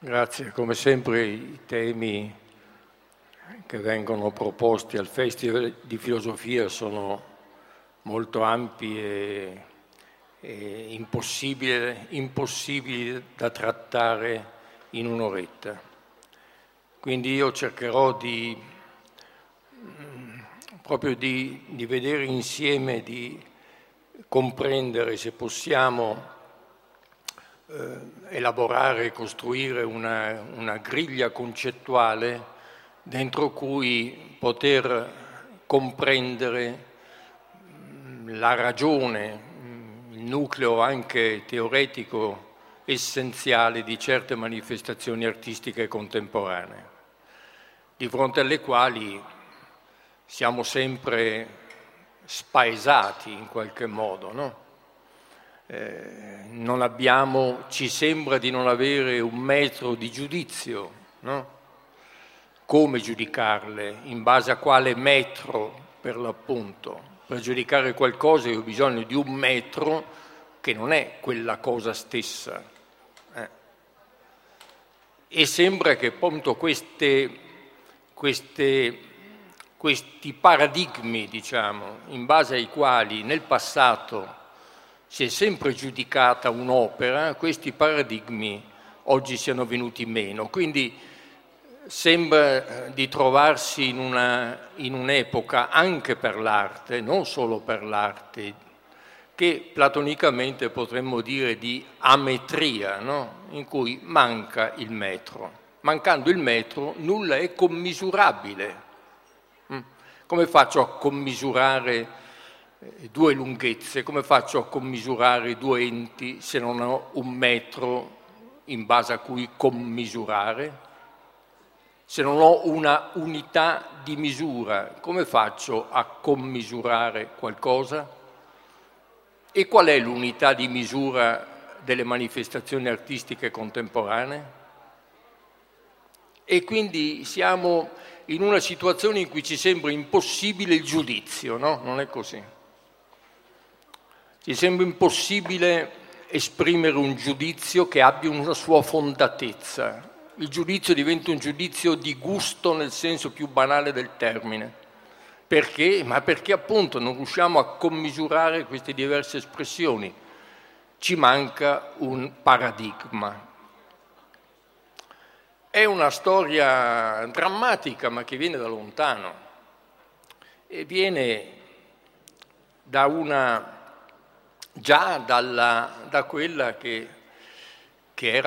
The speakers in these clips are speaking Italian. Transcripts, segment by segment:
Grazie. Come sempre i temi che vengono proposti al Festival di Filosofia sono molto ampi e impossibili da trattare in un'oretta. Quindi io cercherò proprio di vedere insieme, di comprendere, se possiamo, elaborare e costruire una griglia concettuale dentro cui poter comprendere la ragione, il nucleo anche teoretico essenziale di certe manifestazioni artistiche contemporanee, di fronte alle quali siamo sempre spaesati in qualche modo, no? Ci sembra di non avere un metro di giudizio, no? Come giudicarle? In base a quale metro, per l'appunto? Per giudicare qualcosa io ho bisogno di un metro che non è quella cosa stessa. E sembra che appunto questi paradigmi, diciamo, in base ai quali nel passato si è sempre giudicata un'opera, questi paradigmi oggi siano venuti meno. Quindi sembra di trovarsi in un'epoca anche per l'arte, non solo per l'arte, che platonicamente potremmo dire di ametria, no? In cui manca il metro. Mancando il metro nulla è commisurabile. Come faccio a commisurare due lunghezze? Come faccio a commisurare due enti se non ho un metro in base a cui commisurare? Se non ho una unità di misura, come faccio a commisurare qualcosa? E qual è l'unità di misura delle manifestazioni artistiche contemporanee? E quindi siamo in una situazione in cui ci sembra impossibile il giudizio, no? Non è così. Ci sembra impossibile esprimere un giudizio che abbia una sua fondatezza. Il giudizio diventa un giudizio di gusto nel senso più banale del termine. Perché? Ma perché appunto non riusciamo a commisurare queste diverse espressioni. Ci manca un paradigma. È una storia drammatica, ma che viene da lontano. E viene da da quella che era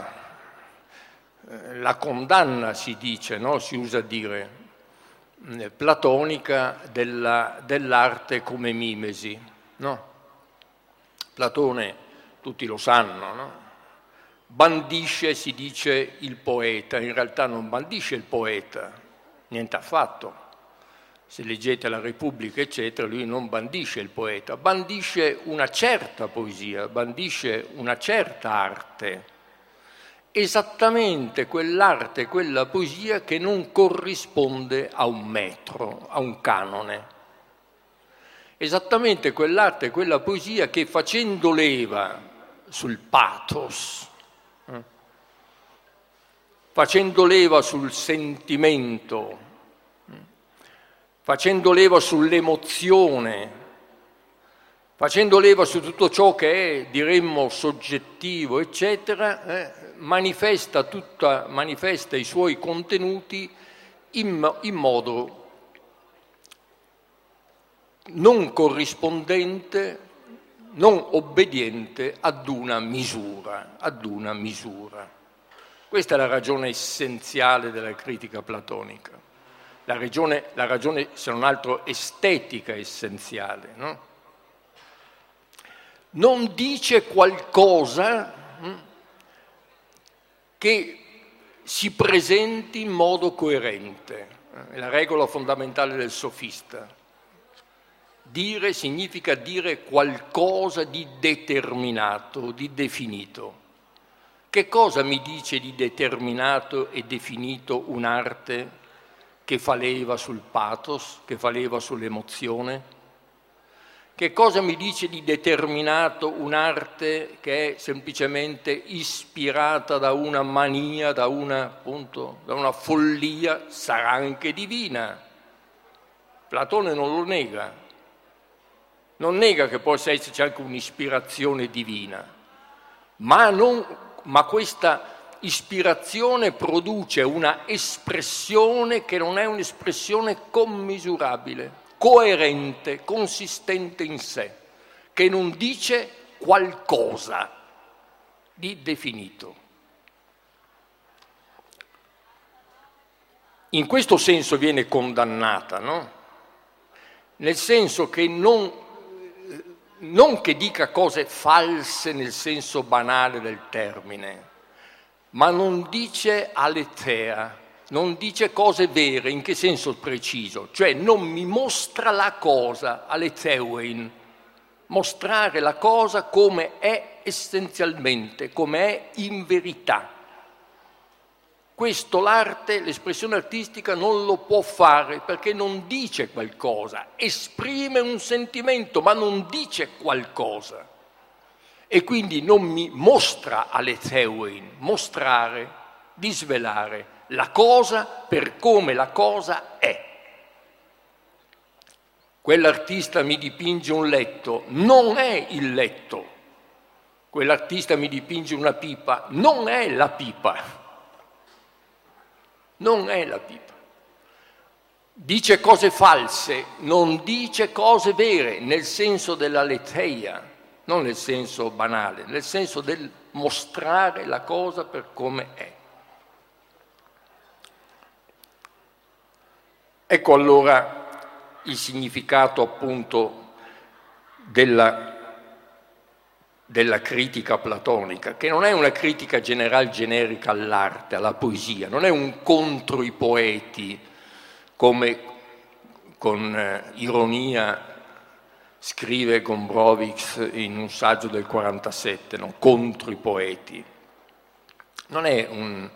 la condanna, si dice, no? Si usa dire, platonica dell'arte come mimesi, no? Platone, tutti lo sanno, no? Bandisce, si dice, il poeta, in realtà non bandisce il poeta, niente affatto. Se leggete la Repubblica, eccetera, lui non bandisce il poeta, bandisce una certa poesia, bandisce una certa arte, esattamente quell'arte, quella poesia che non corrisponde a un metro, a un canone. Esattamente quell'arte, quella poesia che facendo leva sul pathos, facendo leva sul sentimento, facendo leva sull'emozione, facendo leva su tutto ciò che è, diremmo, soggettivo, eccetera, manifesta i suoi contenuti in modo non corrispondente, non obbediente ad una misura. Questa è la ragione essenziale della critica platonica, la ragione se non altro estetica essenziale, no? Non dice qualcosa che si presenti in modo coerente, è la regola fondamentale del sofista. Dire significa dire qualcosa di determinato, di definito. Che cosa mi dice di determinato e definito un'arte che fa leva sul pathos, che fa leva sull'emozione? Che cosa mi dice di determinato un'arte che è semplicemente ispirata da una mania, da una follia? Sarà anche divina. Platone non lo nega. Non nega che possa esserci anche un'ispirazione divina, ma questa ispirazione produce una espressione che non è un'espressione commisurabile, coerente, consistente in sé, che non dice qualcosa di definito. In questo senso viene condannata, no? Nel senso che non che dica cose false nel senso banale del termine, ma non dice aletheia, non dice cose vere. In che senso preciso? Cioè non mi mostra la cosa, aletheuein, mostrare la cosa come è essenzialmente, come è in verità. Questo l'arte, l'espressione artistica non lo può fare perché non dice qualcosa, esprime un sentimento ma non dice qualcosa e quindi non mi mostra aletheuein, mostrare, disvelare la cosa per come la cosa è. Quell'artista mi dipinge un letto, non è il letto. Quell'artista mi dipinge una pipa, non è la pipa. Non è la pipa. Dice cose false, non dice cose vere, nel senso dell'aletheia, non nel senso banale, nel senso del mostrare la cosa per come è. Ecco allora il significato appunto della critica platonica, che non è una critica general generica all'arte, alla poesia, non è un contro i poeti, come con ironia scrive Gombrowicz in un saggio del 47, no? Contro i poeti. Non è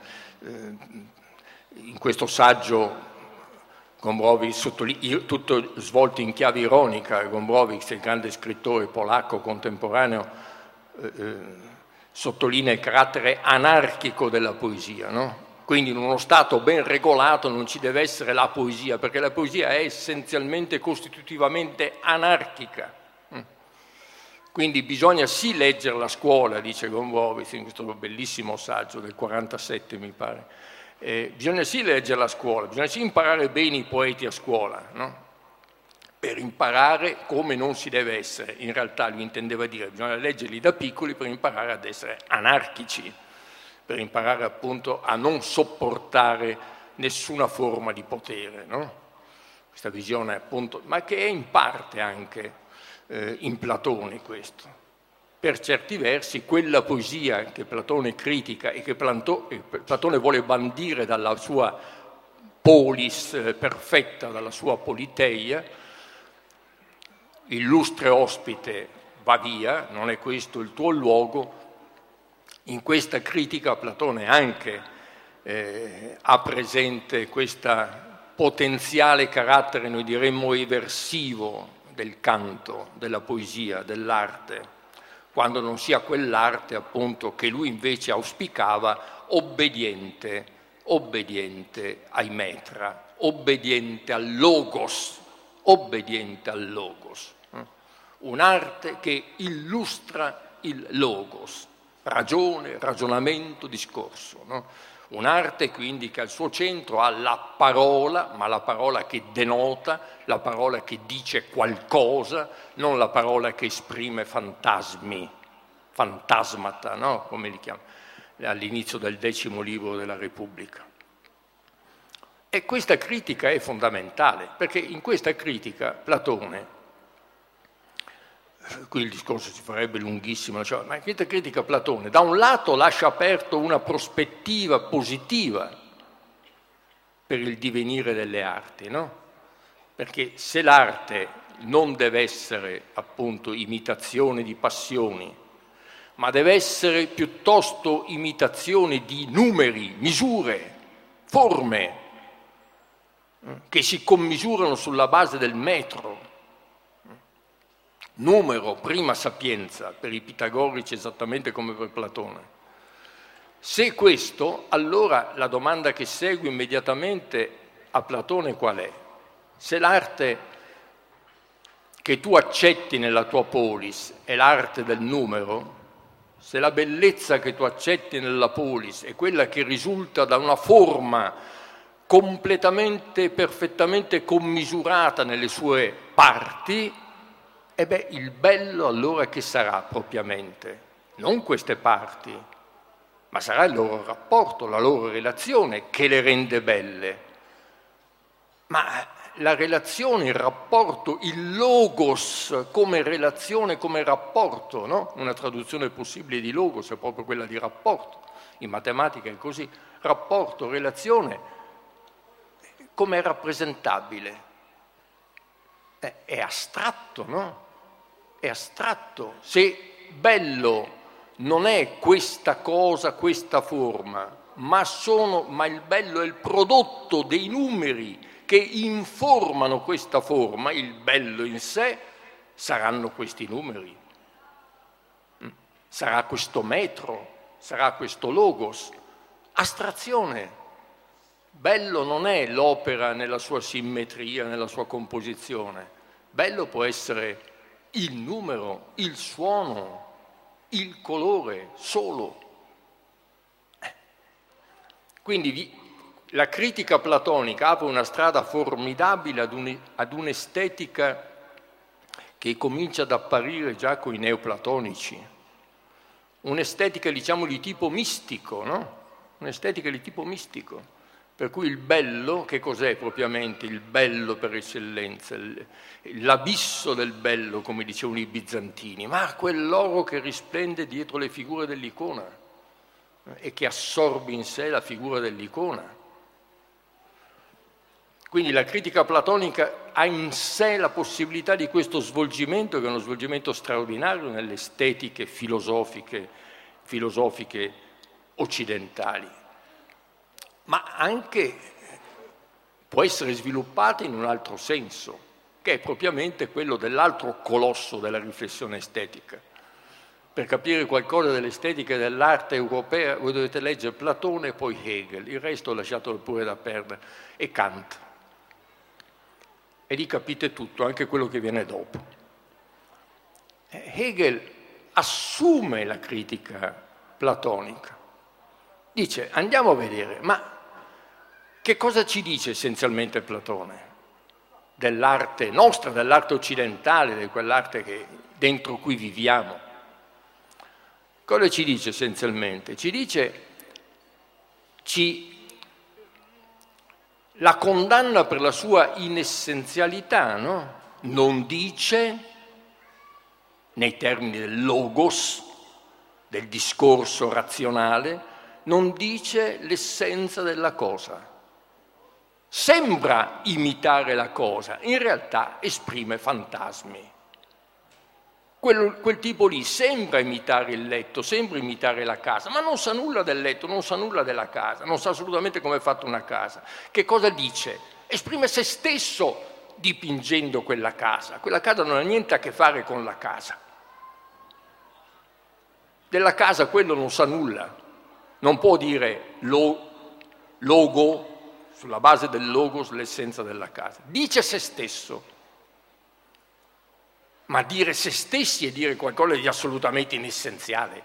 in questo saggio Gombrowicz, tutto svolto in chiave ironica, Gombrowicz, il grande scrittore polacco contemporaneo, sottolinea il carattere anarchico della poesia, no? Quindi in uno stato ben regolato non ci deve essere la poesia, perché la poesia è essenzialmente costitutivamente anarchica. Quindi bisogna sì leggere la scuola, dice Gombrowicz in questo bellissimo saggio del 47 mi pare, bisogna sì leggere la scuola, bisogna sì imparare bene i poeti a scuola, no? Per imparare come non si deve essere. In realtà lui intendeva dire che bisogna leggerli da piccoli per imparare ad essere anarchici, per imparare appunto a non sopportare nessuna forma di potere, no? Questa visione appunto, ma che è in parte anche in Platone questo. Per certi versi quella poesia che Platone critica e che Platone vuole bandire dalla sua polis perfetta, dalla sua politeia, illustre ospite, va via, non è questo il tuo luogo. In questa critica Platone anche ha presente questo potenziale carattere, noi diremmo eversivo, del canto, della poesia, dell'arte, quando non sia quell'arte appunto che lui invece auspicava obbediente ai metra, obbediente al logos, un'arte che illustra il logos, ragione, ragionamento, discorso, no? Un'arte quindi che al suo centro ha la parola, ma la parola che denota, la parola che dice qualcosa, non la parola che esprime fantasmi, fantasmata, no? Come li chiama all'inizio del 10° libro della Repubblica. E questa critica è fondamentale, perché in questa critica Platone, qui il discorso si farebbe lunghissimo, cioè, ma in questa critica Platone da un lato lascia aperto una prospettiva positiva per il divenire delle arti, no? Perché se l'arte non deve essere appunto imitazione di passioni, ma deve essere piuttosto imitazione di numeri, misure, forme, che si commisurano sulla base del metro, numero prima sapienza, per i pitagorici esattamente come per Platone. Se è questo, allora la domanda che segue immediatamente a Platone qual è? Se l'arte che tu accetti nella tua polis è l'arte del numero, se la bellezza che tu accetti nella polis è quella che risulta da una forma completamente, perfettamente commisurata nelle sue parti, il bello allora che sarà propriamente? Non queste parti, ma sarà il loro rapporto, la loro relazione che le rende belle. Ma la relazione, il rapporto, il logos come relazione, come rapporto, no? Una traduzione possibile di logos è proprio quella di rapporto. In matematica è così. Rapporto, relazione, come è rappresentabile? È astratto, no? È astratto. Se bello non è questa cosa, questa forma, ma il bello è il prodotto dei numeri che informano questa forma, il bello in sé, saranno questi numeri. Sarà questo metro, sarà questo logos. Astrazione. Bello non è l'opera nella sua simmetria, nella sua composizione. Bello può essere il numero, il suono, il colore solo. Quindi la critica platonica apre una strada formidabile ad un'estetica che comincia ad apparire già con i neoplatonici. Un'estetica, diciamo, di tipo mistico, no? Un'estetica di tipo mistico. Per cui il bello, che cos'è propriamente il bello per eccellenza? L'abisso del bello, come dicevano i bizantini, ma quell'oro che risplende dietro le figure dell'icona e che assorbe in sé la figura dell'icona. Quindi la critica platonica ha in sé la possibilità di questo svolgimento, che è uno svolgimento straordinario nelle estetiche filosofiche occidentali, ma anche può essere sviluppata in un altro senso, che è propriamente quello dell'altro colosso della riflessione estetica. Per capire qualcosa dell'estetica e dell'arte europea voi dovete leggere Platone e poi Hegel, il resto lasciatelo pure da perdere, e Kant. E lì capite tutto, anche quello che viene dopo. Hegel assume la critica platonica. Dice, andiamo a vedere, ma che cosa ci dice essenzialmente Platone? Dell'arte nostra, dell'arte occidentale, di quell'arte dentro cui viviamo. Cosa ci dice essenzialmente? Ci dice, la condanna per la sua inessenzialità, no? Non dice, nei termini del logos, del discorso razionale, non dice l'essenza della cosa. Sembra imitare la cosa, in realtà esprime fantasmi. Quel tipo lì sembra imitare il letto, sembra imitare la casa, ma non sa nulla del letto, non sa nulla della casa, non sa assolutamente come è fatta una casa. Che cosa dice? Esprime se stesso dipingendo quella casa. Quella casa non ha niente a che fare con la casa. Della casa quello non sa nulla. Non può dire logo, sulla base del logos, l'essenza della casa. Dice se stesso. Ma dire se stessi è dire qualcosa di assolutamente inessenziale.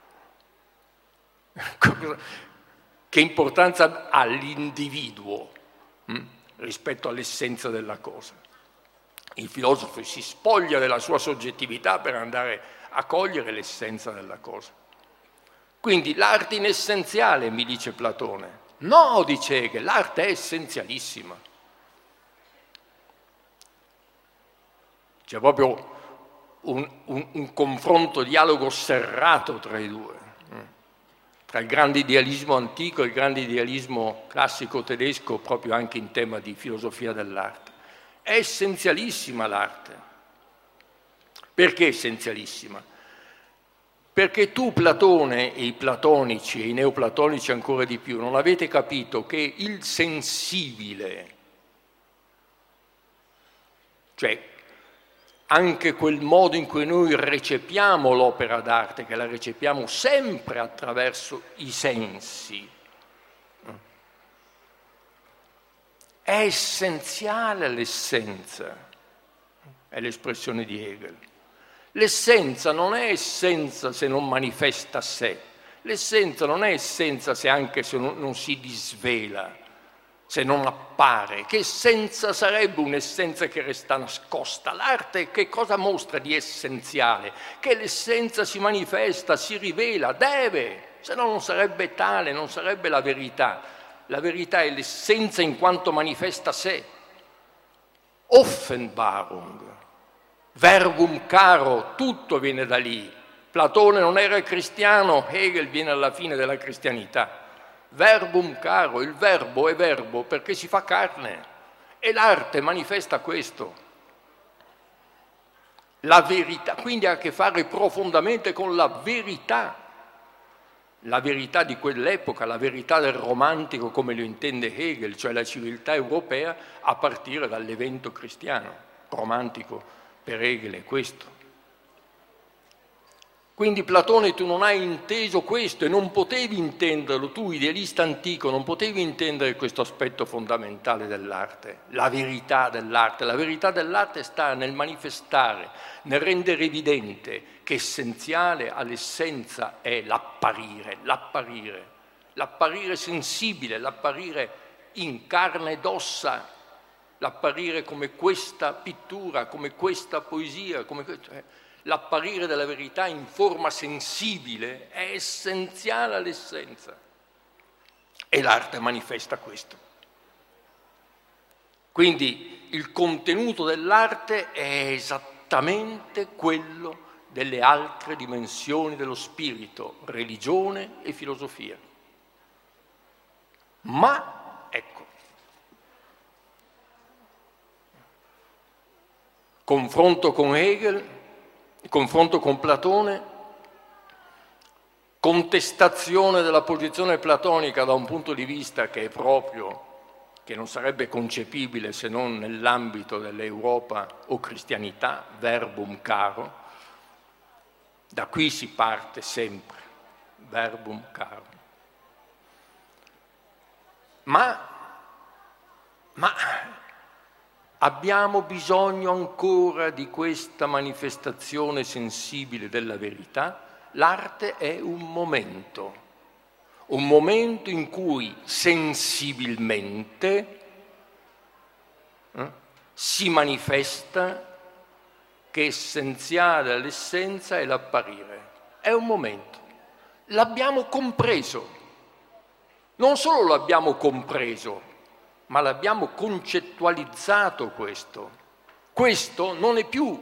Che importanza ha l'individuo rispetto all'essenza della cosa? Il filosofo si spoglia della sua soggettività per andare a cogliere l'essenza della cosa. Quindi l'arte inessenziale, mi dice Platone. No, dice Hegel, l'arte è essenzialissima. C'è proprio un confronto, dialogo serrato tra i due, tra il grande idealismo antico e il grande idealismo classico tedesco, proprio anche in tema di filosofia dell'arte. È essenzialissima l'arte. Perché essenzialissima? Perché tu, Platone, e i platonici, e i neoplatonici ancora di più, non avete capito che il sensibile, cioè anche quel modo in cui noi recepiamo l'opera d'arte, che la recepiamo sempre attraverso i sensi, è essenziale l'essenza, è l'espressione di Hegel. L'essenza non è essenza se non manifesta sé, l'essenza non è essenza se anche se non si disvela, se non appare. Che essenza sarebbe un'essenza che resta nascosta? L'arte che cosa mostra di essenziale? Che l'essenza si manifesta, si rivela, deve, se no non sarebbe tale, non sarebbe la verità. La verità è l'essenza in quanto manifesta sé. Offenbarung, verbum caro, tutto viene da lì. Platone non era cristiano, Hegel viene alla fine della cristianità. Verbum caro, il verbo è verbo perché si fa carne e l'arte manifesta questo. La verità, quindi ha a che fare profondamente con la verità di quell'epoca, la verità del romantico come lo intende Hegel, cioè la civiltà europea a partire dall'evento cristiano. Romantico per Hegel è questo. Quindi Platone, tu non hai inteso questo e non potevi intenderlo, tu idealista antico non potevi intendere questo aspetto fondamentale dell'arte, la verità dell'arte. La verità dell'arte sta nel manifestare, nel rendere evidente che essenziale all'essenza è l'apparire, l'apparire sensibile, l'apparire in carne ed ossa, l'apparire come questa pittura, come questa poesia, come l'apparire della verità in forma sensibile è essenziale all'essenza e l'arte manifesta questo. Quindi il contenuto dell'arte è esattamente quello delle altre dimensioni dello spirito, religione e filosofia. Ma, ecco, confronto con Hegel, confronto con Platone, contestazione della posizione platonica da un punto di vista che è proprio, che non sarebbe concepibile se non nell'ambito dell'Europa o cristianità, verbum caro, da qui si parte sempre, verbum caro. Ma abbiamo bisogno ancora di questa manifestazione sensibile della verità. L'arte è un momento in cui sensibilmente si manifesta che essenziale all'essenza è l'apparire. È un momento. L'abbiamo compreso. Non solo l'abbiamo compreso, ma l'abbiamo concettualizzato questo. Questo non è più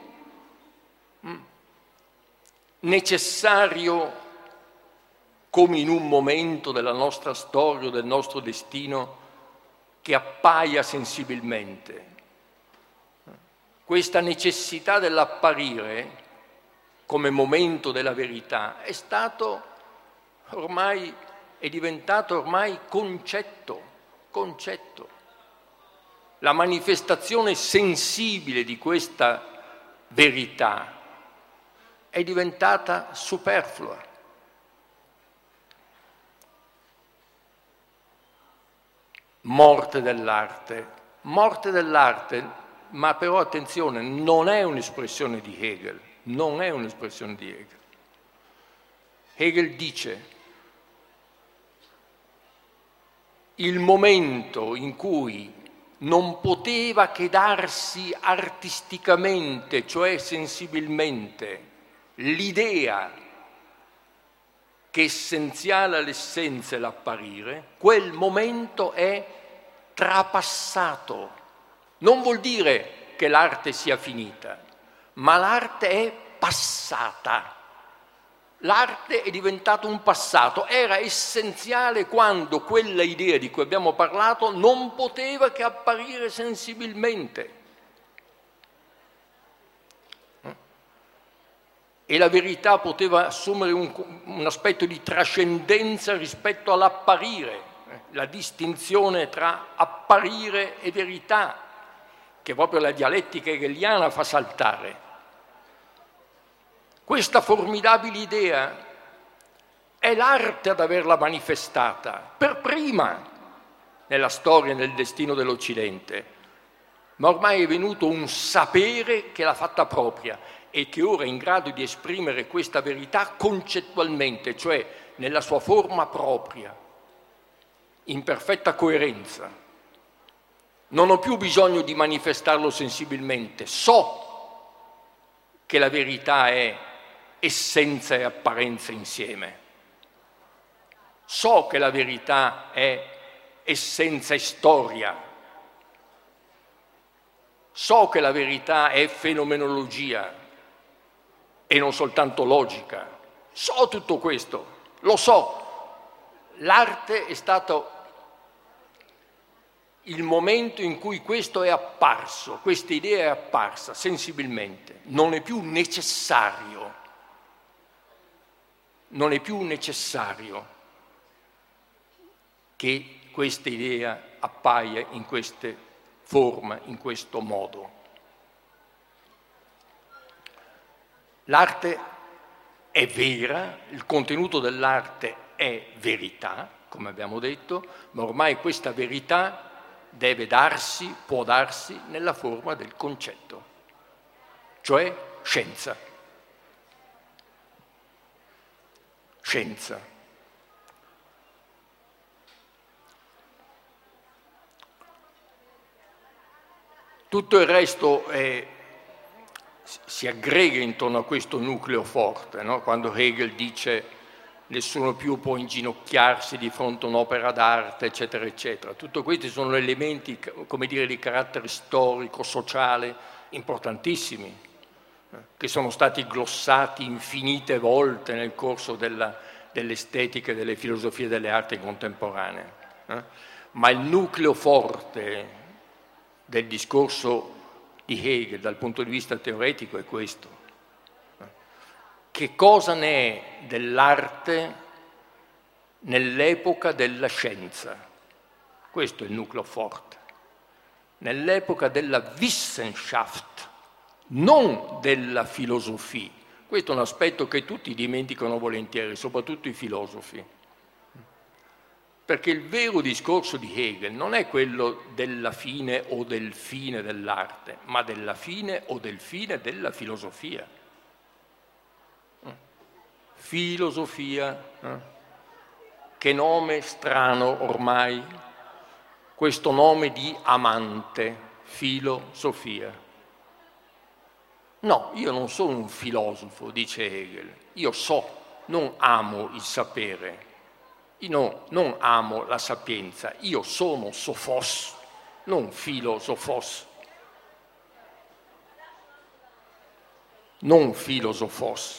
necessario come in un momento della nostra storia o del nostro destino che appaia sensibilmente. Questa necessità dell'apparire come momento della verità è diventato ormai concetto. La manifestazione sensibile di questa verità è diventata superflua. Morte dell'arte, ma però attenzione, non è un'espressione di Hegel, Hegel dice: il momento in cui non poteva che darsi artisticamente, cioè sensibilmente, l'idea che essenziale all'essenza è l'apparire, quel momento è trapassato. Non vuol dire che l'arte sia finita, ma l'arte è passata. L'arte è diventato un passato, era essenziale quando quella idea di cui abbiamo parlato non poteva che apparire sensibilmente. E la verità poteva assumere un aspetto di trascendenza rispetto all'apparire, la distinzione tra apparire e verità, che proprio la dialettica hegeliana fa saltare. Questa formidabile idea è l'arte ad averla manifestata per prima nella storia e nel destino dell'Occidente, ma ormai è venuto un sapere che l'ha fatta propria e che ora è in grado di esprimere questa verità concettualmente, cioè nella sua forma propria, in perfetta coerenza. Non ho più bisogno di manifestarlo sensibilmente, so che la verità è essenza e apparenza insieme. So che la verità è essenza e storia. So che la verità è fenomenologia e non soltanto logica. So tutto questo, lo so. L'arte è stato il momento in cui questo è apparso, questa idea è apparsa sensibilmente. Non è più necessario, che questa idea appaia in queste forme, in questo modo. L'arte è vera, il contenuto dell'arte è verità, come abbiamo detto, ma ormai questa verità può darsi nella forma del concetto, cioè scienza. Scienza. Tutto il resto si aggrega intorno a questo nucleo forte, no? Quando Hegel dice nessuno più può inginocchiarsi di fronte a un'opera d'arte, eccetera, eccetera. Tutto questi sono elementi, come dire, di carattere storico, sociale, importantissimi, che sono stati glossati infinite volte nel corso dell'estetica e delle filosofie delle arti contemporanee. Ma il nucleo forte del discorso di Hegel dal punto di vista teoretico è questo. Che cosa ne è dell'arte nell'epoca della scienza? Questo è il nucleo forte. Nell'epoca della Wissenschaft, non della filosofia. Questo è un aspetto che tutti dimenticano volentieri, soprattutto i filosofi. Perché il vero discorso di Hegel non è quello della fine o del fine dell'arte, ma della fine o del fine della filosofia. Filosofia, che nome strano ormai, questo nome di amante, filosofia. No, io non sono un filosofo, dice Hegel, io so, non amo il sapere, io non amo la sapienza, io sono sophos, non filosofos, non filosofos.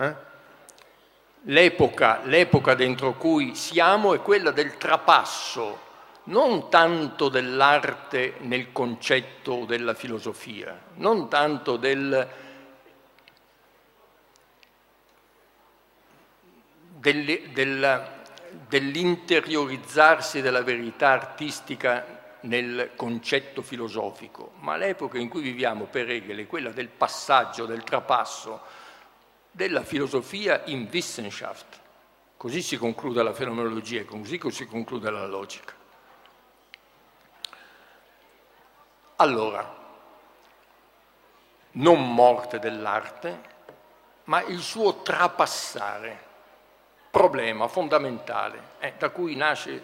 L'epoca dentro cui siamo è quella del trapasso, non tanto dell'arte nel concetto della filosofia, non tanto dell'interiorizzarsi della verità artistica nel concetto filosofico, ma l'epoca in cui viviamo per Hegel è quella del passaggio, del trapasso, della filosofia in Wissenschaft. Così si conclude la fenomenologia, così si conclude la logica. Allora, non morte dell'arte, ma il suo trapassare, problema fondamentale, da cui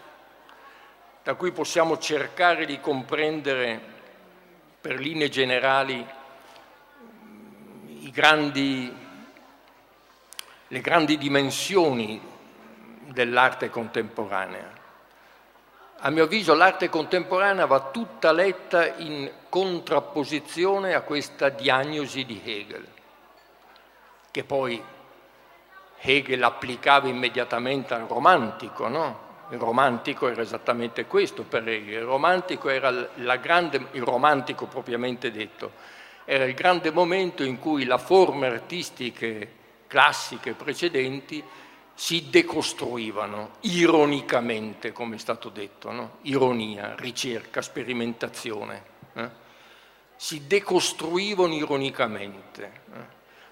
possiamo cercare di comprendere per linee generali le grandi dimensioni dell'arte contemporanea. A mio avviso l'arte contemporanea va tutta letta in contrapposizione a questa diagnosi di Hegel, che poi Hegel applicava immediatamente al romantico, no? Il romantico era esattamente questo per Hegel. Il romantico era il romantico propriamente detto, era il grande momento in cui le forme artistiche classiche precedenti si decostruivano ironicamente, come è stato detto, no? Ironia, ricerca, sperimentazione. Si decostruivano ironicamente.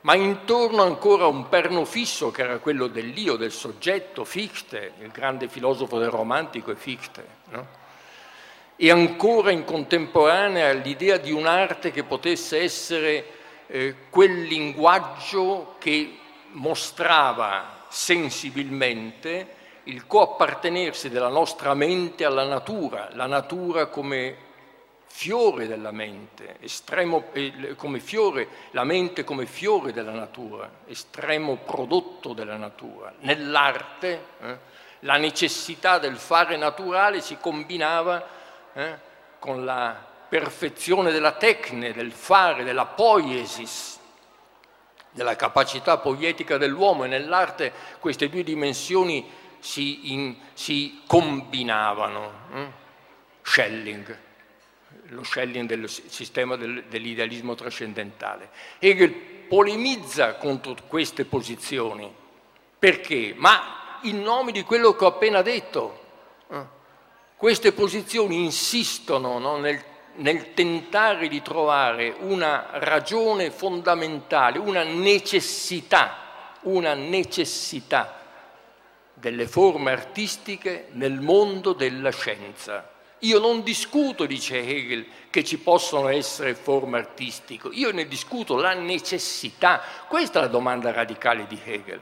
ma intorno ancora a un perno fisso che era quello dell'io, del soggetto, Fichte, il grande filosofo del romantico è Fichte, no? E ancora in contemporanea l'idea di un'arte che potesse essere quel linguaggio che mostrava sensibilmente il coappartenersi della nostra mente alla natura, la natura come fiore della mente, come fiore, la mente come fiore della natura, estremo prodotto della natura. Nell'arte la necessità del fare naturale si combinava con la perfezione della tecne, del fare, della poiesis, della capacità poetica dell'uomo, e nell'arte queste due dimensioni si combinavano. Schelling, lo Schelling del sistema dell'idealismo trascendentale. Hegel polemizza contro queste posizioni. Perché? Ma in nome di quello che ho appena detto. Queste posizioni insistono, no, nel tentare di trovare una ragione fondamentale, una necessità delle forme artistiche nel mondo della scienza. Io non discuto, dice Hegel, che ci possono essere forme artistiche, io ne discuto la necessità. Questa è la domanda radicale di Hegel.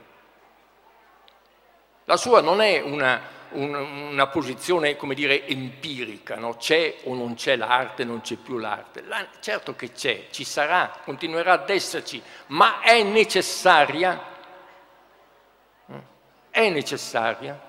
La sua non è una posizione, come dire, empirica, no? C'è o non c'è l'arte, non c'è più l'arte. Certo che c'è, ci sarà, continuerà ad esserci, ma è necessaria? È necessaria?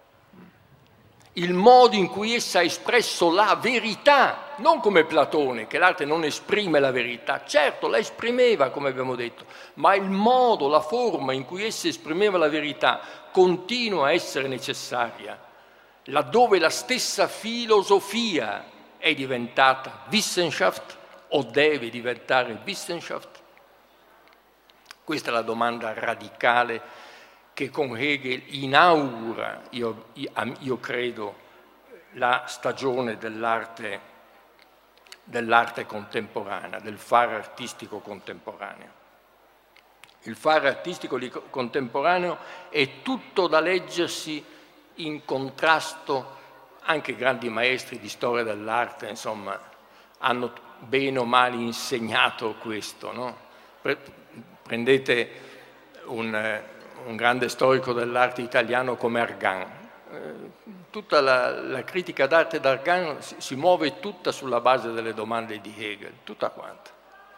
Il modo in cui essa ha espresso la verità, non come Platone, che l'arte non esprime la verità, certo la esprimeva, come abbiamo detto, ma il modo, la forma in cui essa esprimeva la verità continua a essere necessaria, laddove la stessa filosofia è diventata Wissenschaft o deve diventare Wissenschaft. Questa è la domanda radicale che con Hegel inaugura, io credo, la stagione dell'arte contemporanea, del fare artistico contemporaneo. Il fare artistico contemporaneo è tutto da leggersi in contrasto, anche grandi maestri di storia dell'arte, insomma, hanno bene o male insegnato questo, no? Prendete un grande storico dell'arte italiano come Argan. Tutta la critica d'arte d'Argan si muove tutta sulla base delle domande di Hegel, tutta quanta.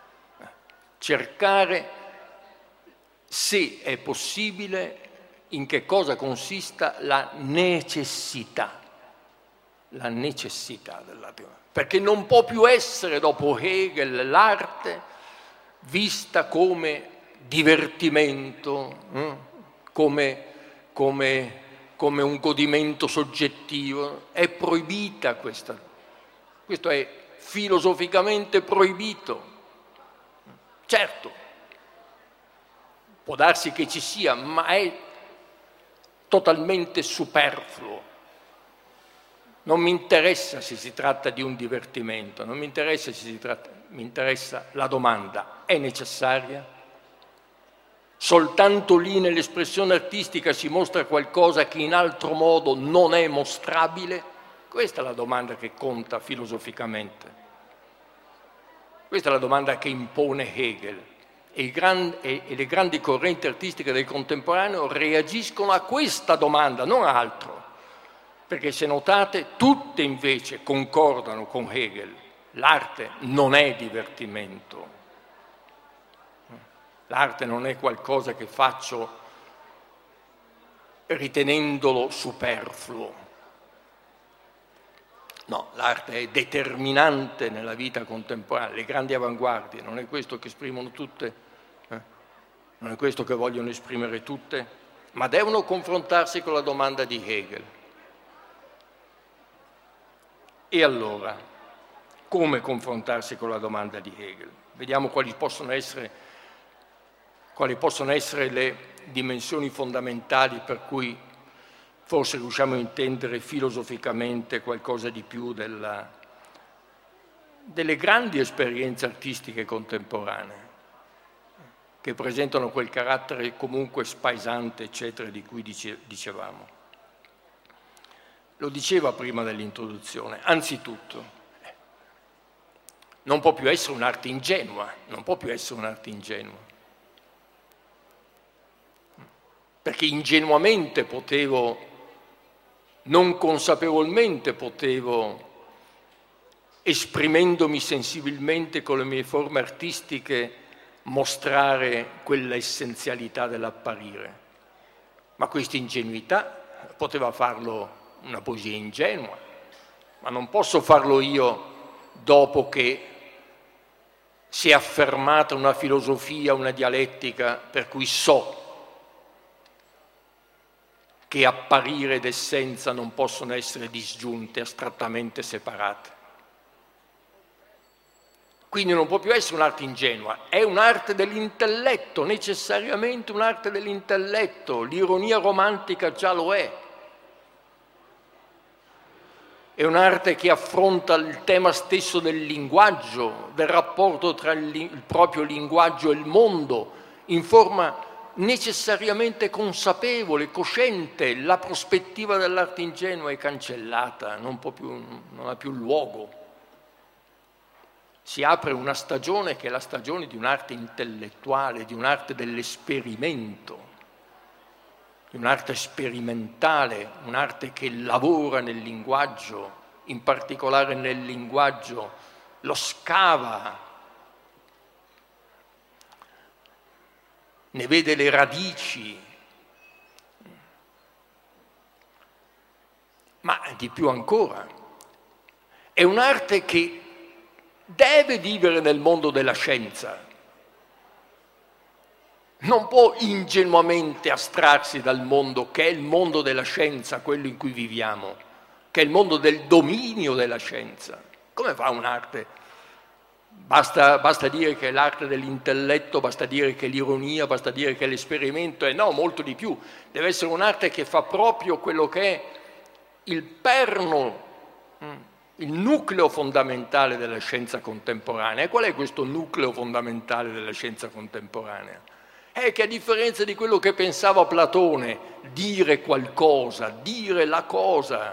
Cercare se è possibile, in che cosa consista la necessità dell'arte. Perché non può più essere, dopo Hegel, l'arte vista come divertimento, come un godimento soggettivo. È proibita questa. Questo è filosoficamente proibito. Certo, può darsi che ci sia, ma è totalmente superfluo. Non mi interessa se si tratta di un divertimento, non mi interessa se si tratta, mi interessa la domanda: è necessaria? Soltanto lì nell'espressione artistica si mostra qualcosa che in altro modo non è mostrabile? Questa è la domanda che conta filosoficamente. Questa è la domanda che impone Hegel. E le grandi correnti artistiche del contemporaneo reagiscono a questa domanda, non a altro. Perché se notate, tutte invece concordano con Hegel. L'arte non è divertimento. L'arte non è qualcosa che faccio ritenendolo superfluo. No, l'arte è determinante nella vita contemporanea. Le grandi avanguardie, non è questo che esprimono tutte? Non è questo che vogliono esprimere tutte? Ma devono confrontarsi con la domanda di Hegel. E allora, come confrontarsi con la domanda di Hegel? Vediamo quali possono essere le dimensioni fondamentali per cui forse riusciamo a intendere filosoficamente qualcosa di più delle grandi esperienze artistiche contemporanee. che presentano quel carattere comunque spaesante, eccetera, di cui dicevamo. Lo diceva prima dell'introduzione. Anzitutto, non può più essere un'arte ingenua, non può più essere un'arte ingenua. Perché ingenuamente potevo, non consapevolmente potevo, esprimendomi sensibilmente con le mie forme artistiche, mostrare quella essenzialità dell'apparire. Ma questa ingenuità poteva farlo una poesia ingenua, ma non posso farlo io dopo che si è affermata una filosofia, una dialettica per cui so che apparire ed essenza non possono essere disgiunte, astrattamente separate. Quindi non può più essere un'arte ingenua, è un'arte dell'intelletto, necessariamente un'arte dell'intelletto. L'ironia romantica già lo è. È un'arte che affronta il tema stesso del linguaggio, del rapporto tra il proprio linguaggio e il mondo, in forma necessariamente consapevole, cosciente. La prospettiva dell'arte ingenua è cancellata, non ha più luogo. Si apre una stagione che è la stagione di un'arte intellettuale, di un'arte dell'esperimento, di un'arte sperimentale, un'arte che lavora nel linguaggio, in particolare nel linguaggio, lo scava, ne vede le radici, ma di più ancora, è un'arte che deve vivere nel mondo della scienza, non può ingenuamente astrarsi dal mondo che è il mondo della scienza, quello in cui viviamo, che è il mondo del dominio della scienza. Come fa un'arte? Basta dire che è l'arte dell'intelletto, basta dire che è l'ironia, basta dire che è l'esperimento, e no, molto di più. Deve essere un'arte che fa proprio quello che è il perno, il nucleo fondamentale della scienza contemporanea. E qual è questo nucleo fondamentale della scienza contemporanea? È che, a differenza di quello che pensava Platone, dire qualcosa, dire la cosa,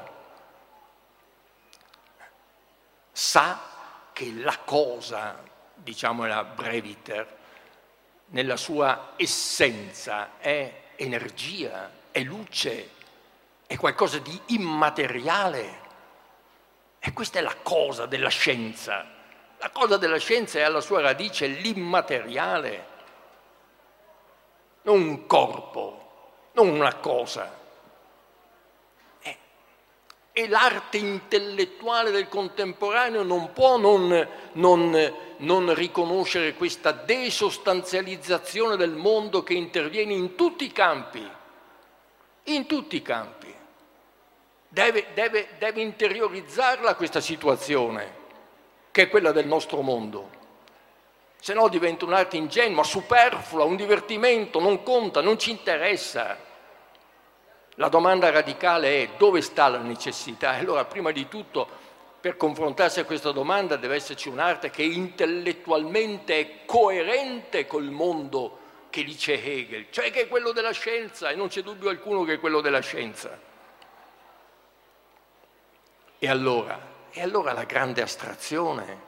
sa che la cosa, diciamo la breviter, nella sua essenza è energia, è luce, è qualcosa di immateriale. E questa è la cosa della scienza. La cosa della scienza è alla sua radice l'immateriale, non un corpo, non una cosa. E l'arte intellettuale del contemporaneo non può non riconoscere questa desostanzializzazione del mondo che interviene in tutti i campi, in tutti i campi. Deve interiorizzarla questa situazione, che è quella del nostro mondo. Se no diventa un'arte ingenua, superflua, un divertimento, non conta, non ci interessa. La domanda radicale è: dove sta la necessità? E allora, prima di tutto, per confrontarsi a questa domanda deve esserci un'arte che intellettualmente è coerente col mondo che dice Hegel, cioè che è quello della scienza, e non c'è dubbio alcuno che è quello della scienza. E allora la grande astrazione,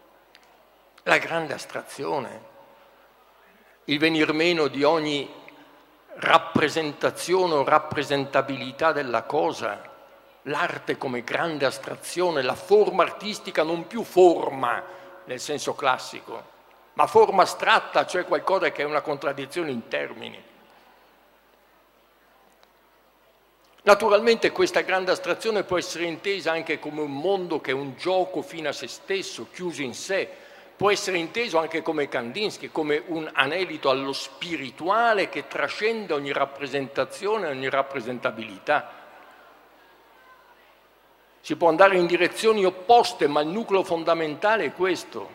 il venir meno di ogni rappresentazione o rappresentabilità della cosa, l'arte come grande astrazione, la forma artistica non più forma nel senso classico, ma forma astratta, cioè qualcosa che è una contraddizione in termini. Naturalmente questa grande astrazione può essere intesa anche come un mondo che è un gioco fino a se stesso, chiuso in sé. Può essere inteso anche come Kandinsky, come un anelito allo spirituale che trascende ogni rappresentazione, ogni rappresentabilità. Si può andare in direzioni opposte, ma il nucleo fondamentale è questo.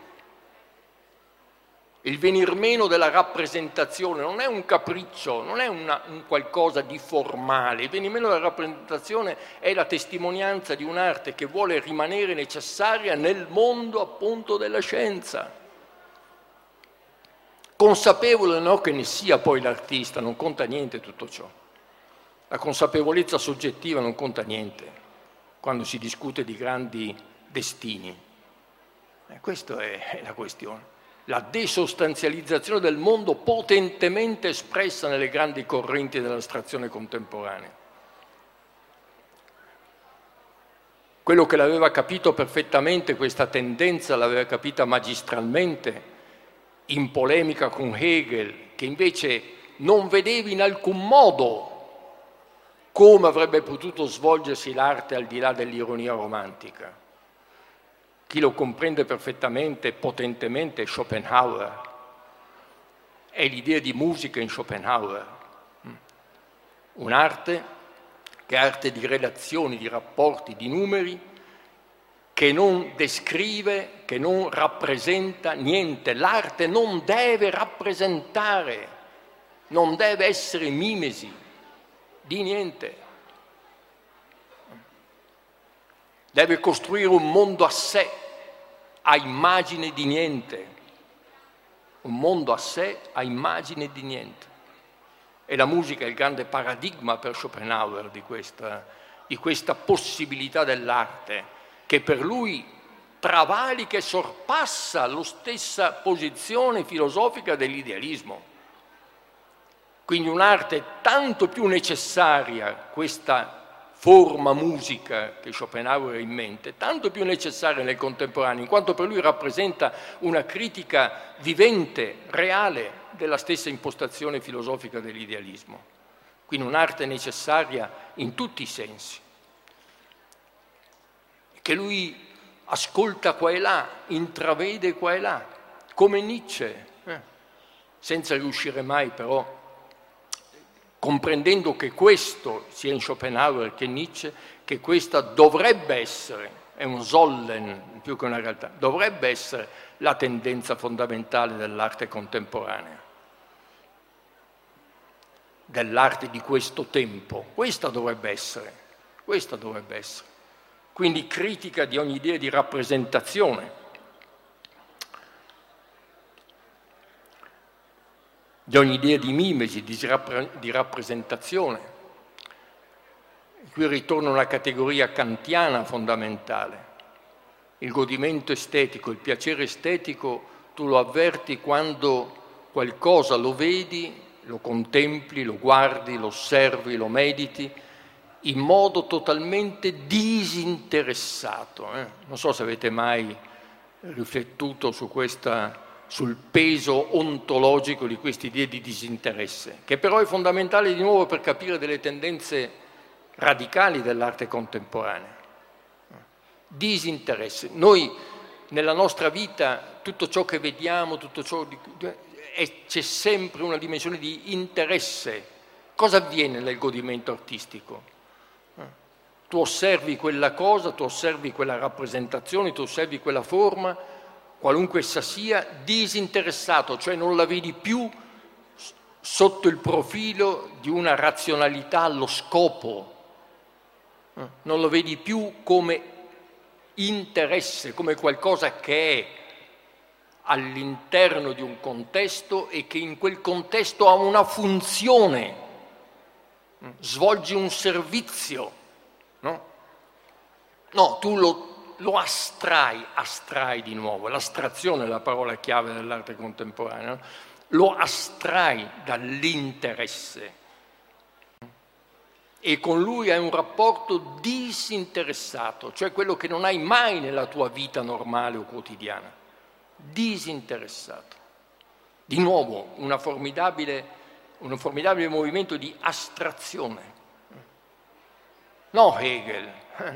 Il venir meno della rappresentazione non è un capriccio, non è un qualcosa di formale. Il venir meno della rappresentazione è la testimonianza di un'arte che vuole rimanere necessaria nel mondo appunto della scienza. consapevole no che ne sia poi l'artista, non conta niente tutto ciò. La consapevolezza soggettiva non conta niente quando si discute di grandi destini. Questa è la questione. La desostanzializzazione del mondo potentemente espressa nelle grandi correnti dell'astrazione contemporanea. Quello che l'aveva capito perfettamente, questa tendenza l'aveva capita magistralmente in polemica con Hegel, che invece non vedeva in alcun modo come avrebbe potuto svolgersi l'arte al di là dell'ironia romantica. Chi lo comprende perfettamente, potentemente, è Schopenhauer. È l'idea di musica in Schopenhauer. Un'arte che è arte di relazioni, di rapporti, di numeri, che non descrive, che non rappresenta niente. L'arte non deve rappresentare, non deve essere mimesi di niente. Deve costruire un mondo a sé, a immagine di niente. Un mondo a sé, a immagine di niente. E la musica è il grande paradigma per Schopenhauer di questa possibilità dell'arte, che per lui travalica e sorpassa la stessa posizione filosofica dell'idealismo. Quindi un'arte tanto più necessaria, questa forma musica che Schopenhauer ha in mente, tanto più necessaria nel contemporaneo, in quanto per lui rappresenta una critica vivente, reale, della stessa impostazione filosofica dell'idealismo. Quindi un'arte necessaria in tutti i sensi, che lui ascolta qua e là, intravede qua e là, come Nietzsche, senza riuscire mai però, comprendendo che questo, sia in Schopenhauer che in Nietzsche, che questa dovrebbe essere, è un Sollen più che una realtà, dovrebbe essere la tendenza fondamentale dell'arte contemporanea, dell'arte di questo tempo. Questa dovrebbe essere. Quindi critica di ogni idea di rappresentazione, di ogni idea di mimesi, di rappresentazione. Qui ritorna una categoria kantiana fondamentale. Il godimento estetico, il piacere estetico, tu lo avverti quando qualcosa lo vedi, lo contempli, lo guardi, lo osservi, lo mediti, in modo totalmente disinteressato. Non so se avete mai riflettuto sul peso ontologico di questa idea di disinteresse, che però è fondamentale di nuovo per capire delle tendenze radicali dell'arte contemporanea. Disinteresse. Noi nella nostra vita, tutto ciò che vediamo, tutto ciò c'è sempre una dimensione di interesse. Cosa avviene nel godimento artistico? Tu osservi quella cosa, tu osservi quella rappresentazione, tu osservi quella forma, qualunque essa sia, disinteressato, cioè non la vedi più sotto il profilo di una razionalità allo scopo, non lo vedi più come interesse, come qualcosa che è all'interno di un contesto e che in quel contesto ha una funzione, svolge un servizio, no? No, tu lo astrai di nuovo, l'astrazione è la parola chiave dell'arte contemporanea, no? Lo astrai dall'interesse e con lui hai un rapporto disinteressato, cioè quello che non hai mai nella tua vita normale o quotidiana, disinteressato. Di nuovo un formidabile movimento di astrazione. No Hegel.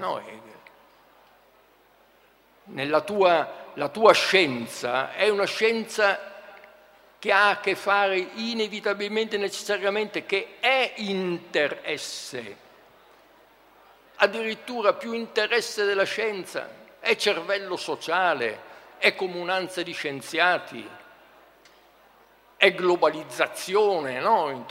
La tua scienza è una scienza che ha a che fare inevitabilmente, necessariamente, che è interesse, addirittura più interesse della scienza, è cervello sociale, è comunanza di scienziati, è globalizzazione, no?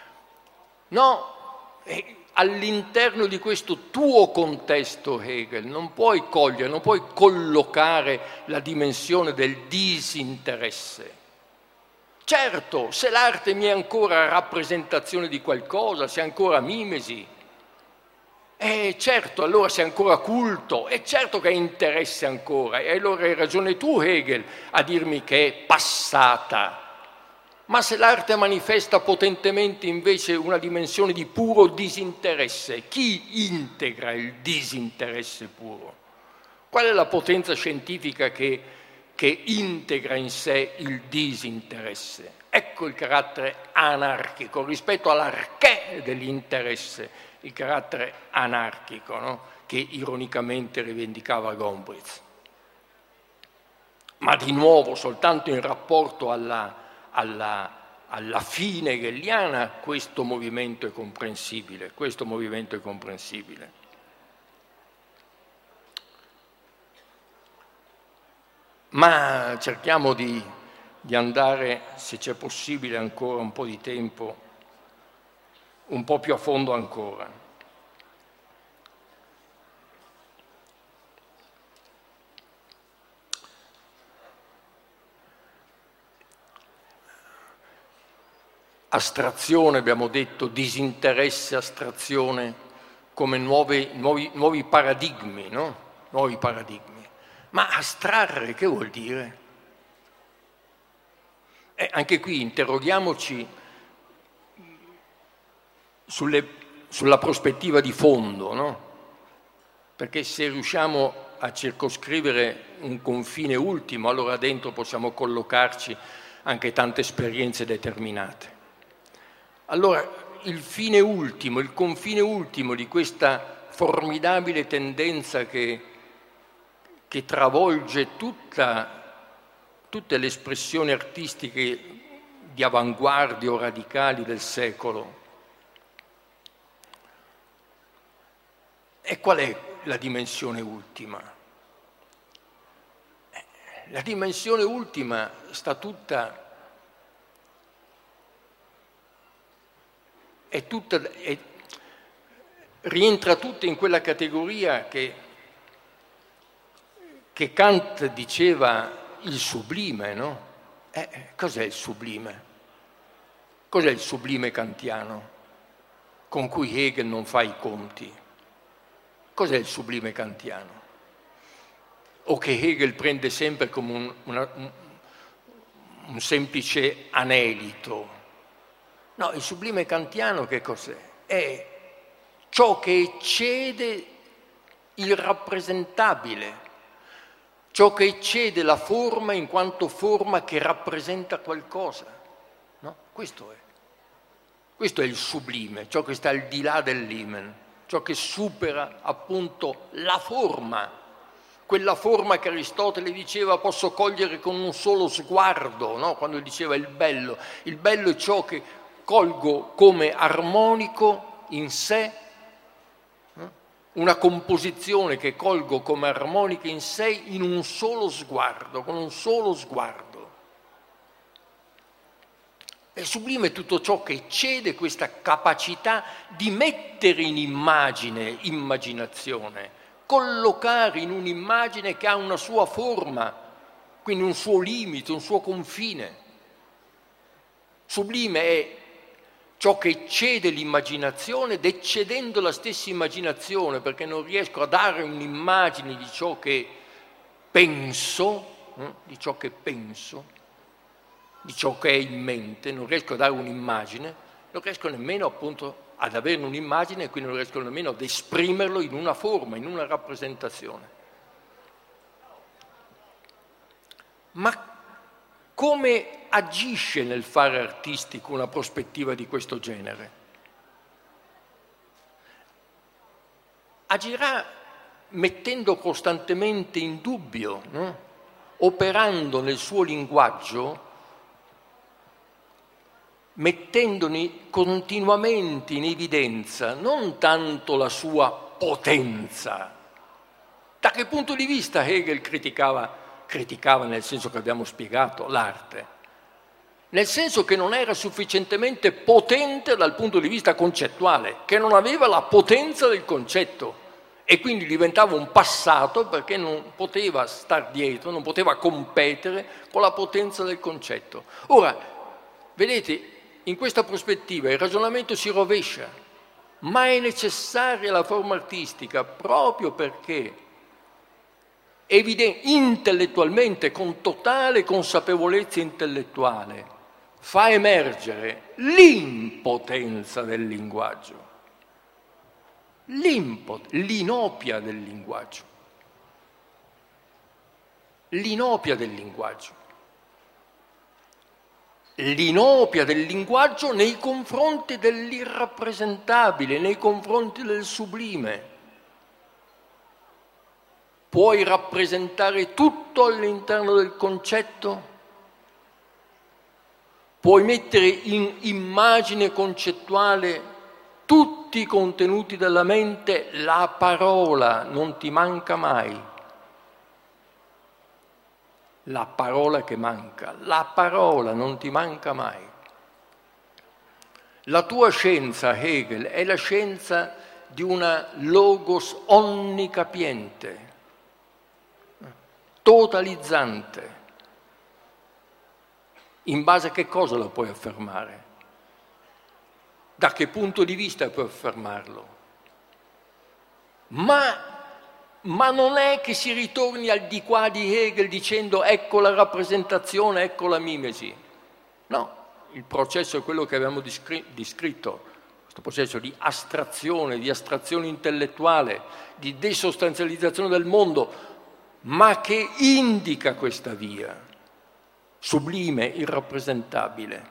No, all'interno di questo tuo contesto, Hegel, non puoi cogliere, non puoi collocare la dimensione del disinteresse. Certo, se l'arte mi è ancora rappresentazione di qualcosa, se è ancora mimesi, certo, allora sei ancora culto, è certo che hai interesse ancora, e allora hai ragione tu, Hegel, a dirmi che è passata. Ma se l'arte manifesta potentemente invece una dimensione di puro disinteresse, chi integra il disinteresse puro? Qual è la potenza scientifica che integra in sé il disinteresse? Ecco il carattere anarchico rispetto all'arché dell'interesse, il carattere anarchico, no? Che ironicamente rivendicava Gombrich. Ma di nuovo, soltanto in rapporto alla fine hegeliana, questo movimento è comprensibile, Ma cerchiamo di andare, se c'è possibile ancora un po' di tempo, un po' più a fondo ancora. Astrazione, abbiamo detto, disinteresse, astrazione, come nuovi paradigmi, no? Nuovi paradigmi. Ma astrarre che vuol dire? Anche qui interroghiamoci sulla prospettiva di fondo, no? Perché se riusciamo a circoscrivere un confine ultimo, allora dentro possiamo collocarci anche tante esperienze determinate. Allora, il fine ultimo, il confine ultimo di questa formidabile tendenza che travolge tutte le espressioni artistiche di avanguardia o radicali del secolo. E qual è la dimensione ultima? La dimensione ultima rientra tutta in quella categoria che Kant diceva il sublime, no? Cos'è il sublime? Cos'è il sublime kantiano con cui Hegel non fa i conti? Cos'è il sublime kantiano? O che Hegel prende sempre come un semplice anelito? No, il sublime kantiano che cos'è? È ciò che eccede il rappresentabile, ciò che eccede la forma in quanto forma che rappresenta qualcosa. No? Questo è il sublime, ciò che sta al di là dell'imen, ciò che supera appunto la forma, quella forma che Aristotele diceva posso cogliere con un solo sguardo, no? Quando diceva il bello è ciò che colgo come armonico in sé, una composizione che colgo come armonica in sé in un solo sguardo, con un solo sguardo. È sublime tutto ciò che eccede questa capacità di mettere in immaginazione, collocare in un'immagine che ha una sua forma, quindi un suo limite, un suo confine. Sublime è ciò che eccede l'immaginazione ed eccedendo la stessa immaginazione, perché non riesco a dare un'immagine di ciò che penso, di ciò che è in mente, non riesco a dare un'immagine, non riesco nemmeno appunto ad avere un'immagine e quindi non riesco nemmeno ad esprimerlo in una forma, in una rappresentazione. Ma come agisce nel fare artistico una prospettiva di questo genere? Agirà mettendo costantemente in dubbio, no? Operando nel suo linguaggio, mettendone continuamente in evidenza non tanto la sua potenza. Da che punto di vista Hegel criticava nel senso che abbiamo spiegato l'arte? Nel senso che non era sufficientemente potente dal punto di vista concettuale, che non aveva la potenza del concetto e quindi diventava un passato perché non poteva star dietro, non poteva competere con la potenza del concetto. Ora, Vedete, in questa prospettiva il ragionamento si rovescia, ma è necessaria la forma artistica proprio perché intellettualmente, con totale consapevolezza intellettuale, fa emergere l'impotenza del linguaggio, l'inopia del linguaggio, l'inopia del linguaggio. L'inopia del linguaggio nei confronti dell'irrappresentabile, nei confronti del sublime. Puoi rappresentare tutto all'interno del concetto? Puoi mettere in immagine concettuale tutti i contenuti della mente? La parola non ti manca mai. La parola che manca, la parola non ti manca mai. La tua scienza, Hegel, è la scienza di una logos onnicapiente, totalizzante. In base a che cosa la puoi affermare? Da che punto di vista puoi affermarlo? Ma non è che si ritorni al di qua di Hegel dicendo ecco la rappresentazione, ecco la mimesi. No, il processo è quello che abbiamo descritto, questo processo di astrazione intellettuale, di desostanzializzazione del mondo, ma che indica questa via, sublime, irrappresentabile.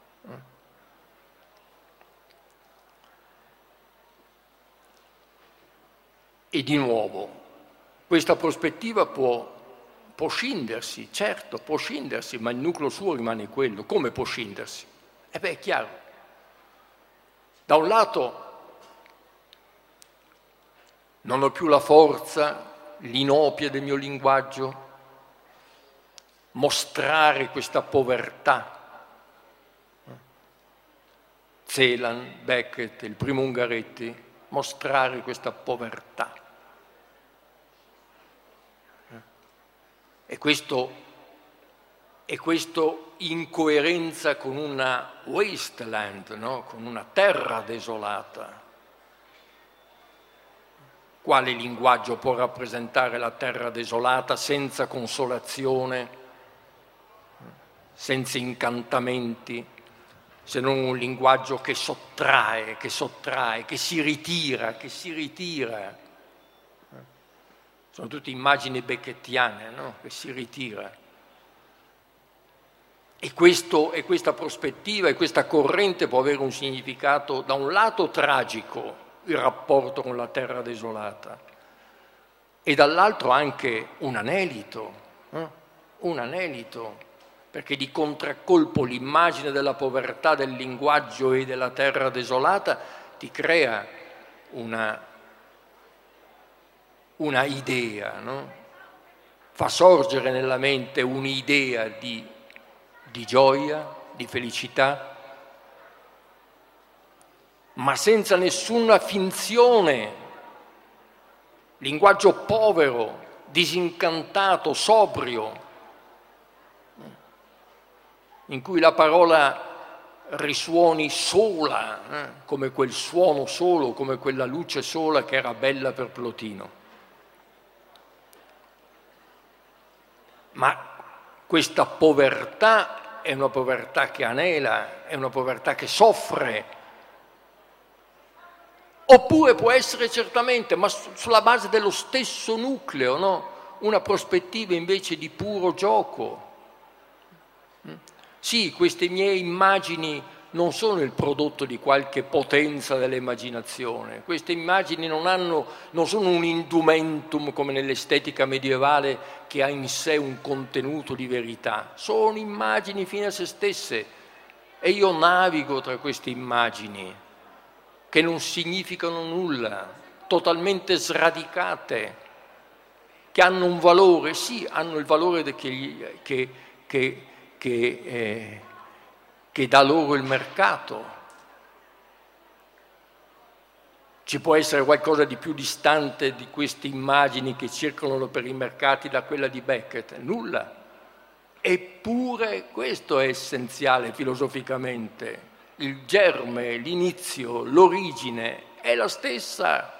E di nuovo, questa prospettiva può scindersi, certo, può scindersi, ma il nucleo suo rimane quello. Come può scindersi? È chiaro. Da un lato non ho più la forza, l'inopia del mio linguaggio, mostrare questa povertà. Celan, Beckett, il primo Ungaretti, mostrare questa povertà. E questo in coerenza con una wasteland, no? Con una terra desolata. Quale linguaggio può rappresentare la terra desolata senza consolazione, senza incantamenti, se non un linguaggio che sottrae, che si ritira. Sono tutte immagini beckettiane, no? Che si ritira. E questa prospettiva e questa corrente può avere un significato, da un lato tragico, il rapporto con la terra desolata, e dall'altro anche un anelito, perché di contraccolpo l'immagine della povertà del linguaggio e della terra desolata ti crea una idea, no? Fa sorgere nella mente un'idea di gioia, di felicità, ma senza nessuna finzione, linguaggio povero, disincantato, sobrio, in cui la parola risuoni sola, come quel suono solo, come quella luce sola che era bella per Plotino. Ma questa povertà è una povertà che anela, è una povertà che soffre. Oppure può essere certamente, ma sulla base dello stesso nucleo, no? Una prospettiva invece di puro gioco. Sì, queste mie immagini non sono il prodotto di qualche potenza dell'immaginazione. Queste immagini non sono un indumentum come nell'estetica medievale che ha in sé un contenuto di verità. Sono immagini fine a se stesse e io navigo tra queste immagini che non significano nulla, totalmente sradicate, che hanno un valore, sì, hanno il valore che dà loro il mercato. Ci può essere qualcosa di più distante di queste immagini che circolano per i mercati da quella di Beckett? Nulla. Eppure questo è essenziale filosoficamente. Il germe, l'inizio, l'origine è la stessa.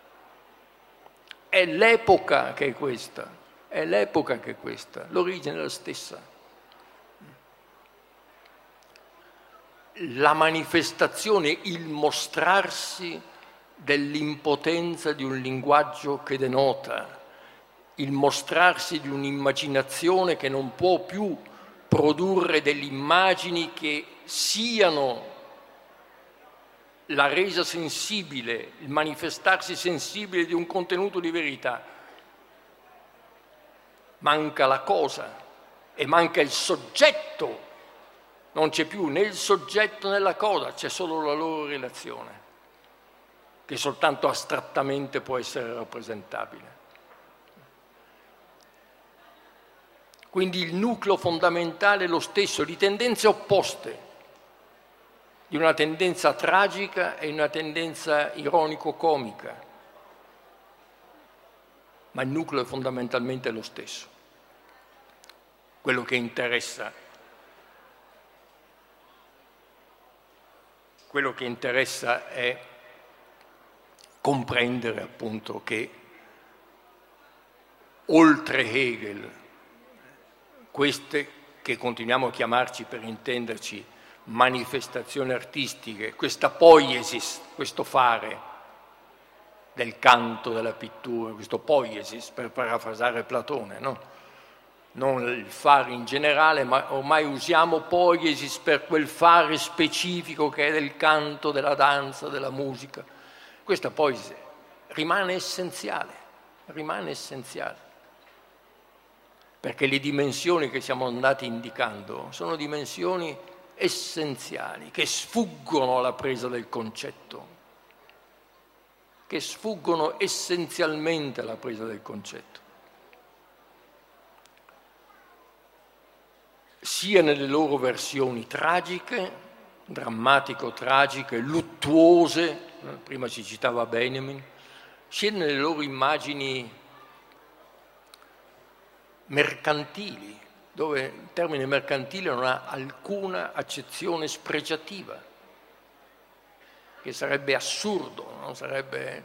È l'epoca che è questa. È l'epoca che è questa. L'origine è la stessa. La manifestazione, il mostrarsi dell'impotenza di un linguaggio che denota, il mostrarsi di un'immaginazione che non può più produrre delle immagini che siano la resa sensibile, il manifestarsi sensibile di un contenuto di verità. Manca la cosa e manca il soggetto. Non c'è più né il soggetto né la cosa, c'è solo la loro relazione, che soltanto astrattamente può essere rappresentabile. Quindi il nucleo fondamentale è lo stesso, di tendenze opposte, di una tendenza tragica e una tendenza ironico-comica, ma il nucleo è fondamentalmente lo stesso. Quello che interessa è comprendere appunto che oltre Hegel, queste che continuiamo a chiamarci, per intenderci, manifestazioni artistiche, questa poiesis, questo fare del canto, della pittura, questo poiesis, per parafrasare Platone, no? Non il fare in generale, ma ormai usiamo poiesis per quel fare specifico che è del canto, della danza, della musica. Questa poiesis rimane essenziale, perché le dimensioni che siamo andati indicando sono dimensioni essenziali, che sfuggono alla presa del concetto, che sfuggono essenzialmente alla presa del concetto. Sia nelle loro versioni tragiche, drammatico-tragiche, luttuose, prima si citava Benjamin, sia nelle loro immagini mercantili, dove il termine mercantile non ha alcuna accezione spregiativa, che sarebbe assurdo, no? Sarebbe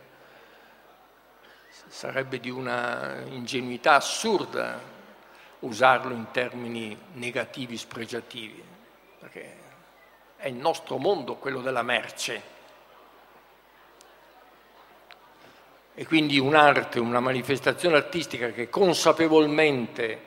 di una ingenuità assurda usarlo in termini negativi, spregiativi, perché è il nostro mondo quello della merce. E quindi un'arte, una manifestazione artistica che consapevolmente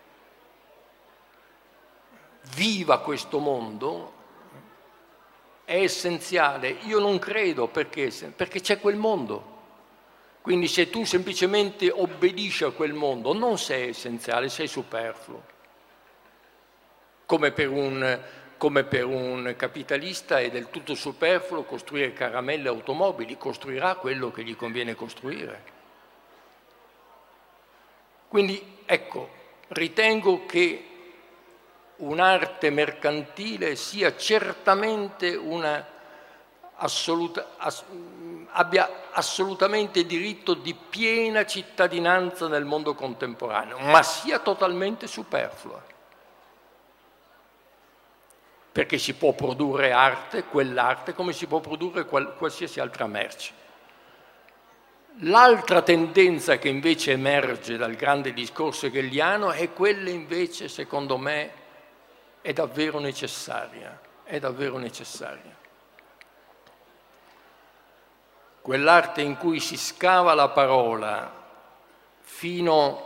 viva questo mondo è essenziale. Io non credo, perché c'è quel mondo. Quindi se tu semplicemente obbedisci a quel mondo non sei essenziale, sei superfluo. Come per un capitalista è del tutto superfluo costruire caramelle e automobili, costruirà quello che gli conviene costruire. Quindi ecco, ritengo che un'arte mercantile sia certamente abbia assolutamente diritto di piena cittadinanza nel mondo contemporaneo, ma sia totalmente superflua. Perché si può produrre arte, quell'arte, come si può produrre qualsiasi altra merce. L'altra tendenza che invece emerge dal grande discorso hegeliano è quella invece, secondo me, è davvero necessaria. Quell'arte in cui si scava la parola fino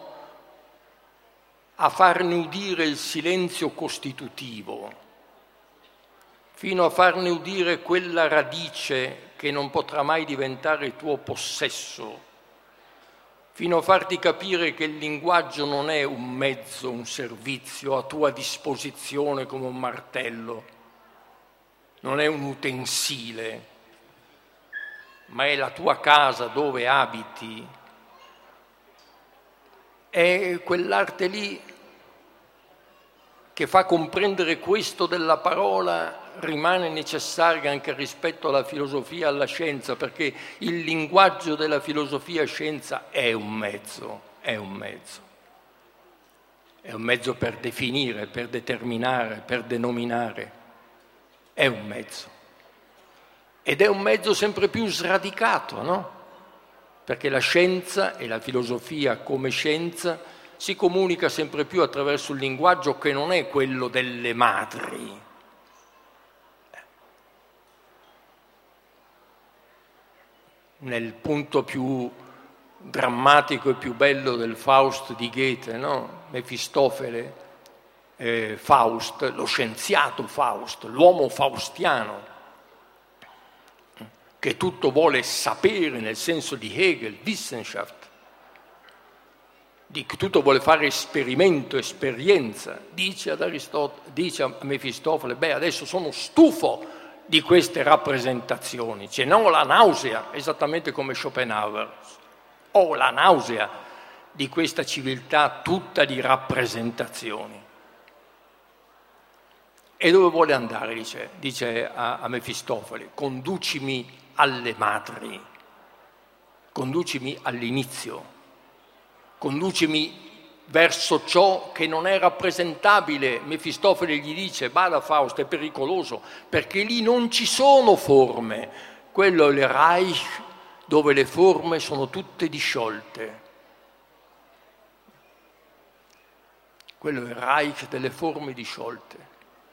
a farne udire il silenzio costitutivo, fino a farne udire quella radice che non potrà mai diventare tuo possesso, fino a farti capire che il linguaggio non è un mezzo, un servizio a tua disposizione come un martello, non è un utensile, ma è la tua casa dove abiti. È quell'arte lì che fa comprendere questo della parola rimane necessaria anche rispetto alla filosofia e alla scienza, perché il linguaggio della filosofia e scienza è un mezzo. è un mezzo per definire, per determinare, per denominare, è un mezzo. Ed è un mezzo sempre più sradicato, no? Perché la scienza e la filosofia come scienza si comunica sempre più attraverso un linguaggio che non è quello delle madri. Nel punto più drammatico e più bello del Faust di Goethe, no? Mefistofele, Faust, lo scienziato Faust, l'uomo faustiano, che tutto vuole sapere nel senso di Hegel, Wissenschaft, che tutto vuole fare esperimento, esperienza, dice a Mefistofele, beh, adesso sono stufo di queste rappresentazioni, cioè non ho la nausea, esattamente come Schopenhauer, ho la nausea di questa civiltà tutta di rappresentazioni. E dove vuole andare, dice a Mefistofele, conducimi alle madri, conducimi all'inizio, conducimi verso ciò che non è rappresentabile. Mefistofele gli dice, bada Faust, è pericoloso, perché lì non ci sono forme, quello è il Reich dove le forme sono tutte disciolte. Quello è il Reich delle forme disciolte.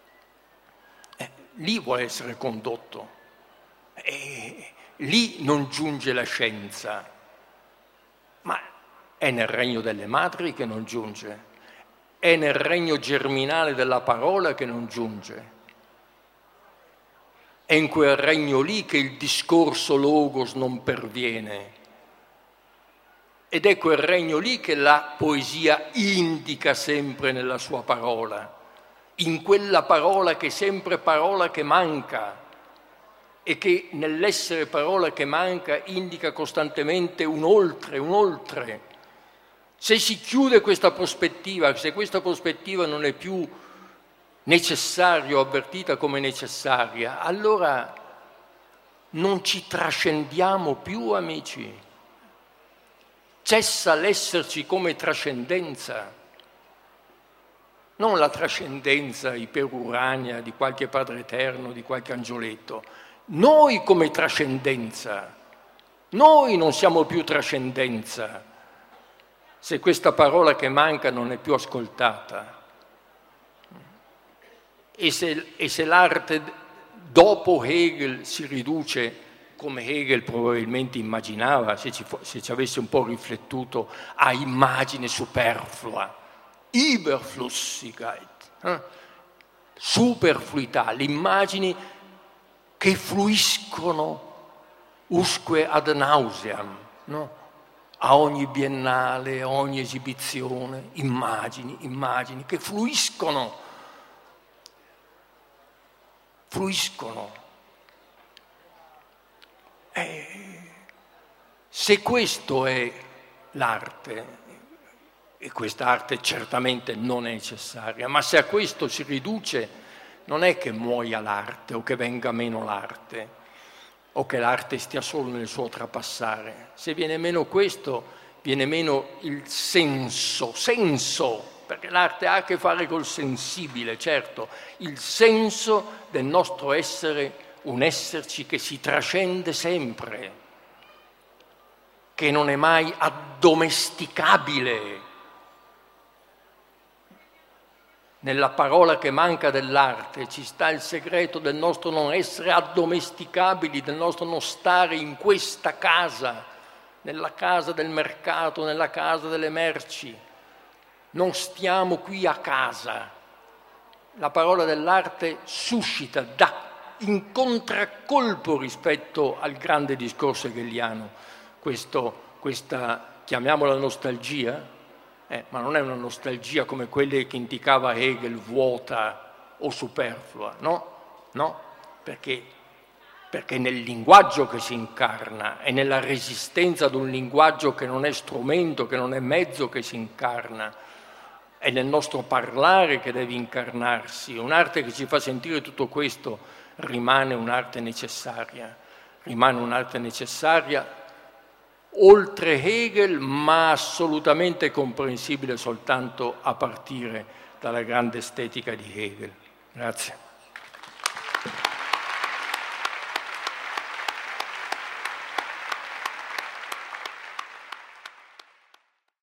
Lì vuole essere condotto. E lì non giunge la scienza, ma è nel regno delle madri che non giunge, è nel regno germinale della parola che non giunge, è in quel regno lì che il discorso logos non perviene, ed è quel regno lì che la poesia indica sempre nella sua parola, in quella parola che è sempre parola che manca, e che nell'essere parola che manca indica costantemente un oltre, un oltre. Se si chiude questa prospettiva, se questa prospettiva non è più necessaria o avvertita come necessaria, allora non ci trascendiamo più, amici. Cessa l'esserci come trascendenza. Non la trascendenza iperuranea di qualche Padre Eterno, di qualche angioletto. Noi come trascendenza, noi non siamo più trascendenza se questa parola che manca non è più ascoltata. E se l'arte dopo Hegel si riduce, come Hegel probabilmente immaginava, se ci avesse un po' riflettuto, a immagine superflua, Überflüssigkeit, superfluità, le immagini che fluiscono usque ad nauseam, no? A ogni biennale, a ogni esibizione, immagini che fluiscono. Se questo è l'arte, e questa arte certamente non è necessaria, ma se a questo si riduce, non è che muoia l'arte o che venga meno l'arte o che l'arte stia solo nel suo trapassare. Se viene meno questo, viene meno il senso, perché l'arte ha a che fare col sensibile, certo, il senso del nostro essere, un esserci che si trascende sempre, che non è mai addomesticabile. Nella parola che manca dell'arte ci sta il segreto del nostro non essere addomesticabili, del nostro non stare in questa casa, nella casa del mercato, nella casa delle merci. Non stiamo qui a casa. La parola dell'arte suscita, dà in contraccolpo rispetto al grande discorso hegeliano questa, chiamiamola nostalgia, ma non è una nostalgia come quelle che indicava Hegel, vuota o superflua, no, perché è nel linguaggio che si incarna, è nella resistenza ad un linguaggio che non è strumento, che non è mezzo che si incarna, è nel nostro parlare che deve incarnarsi. Un'arte che ci fa sentire tutto questo rimane un'arte necessaria oltre Hegel, ma assolutamente comprensibile soltanto a partire dalla grande estetica di Hegel. Grazie.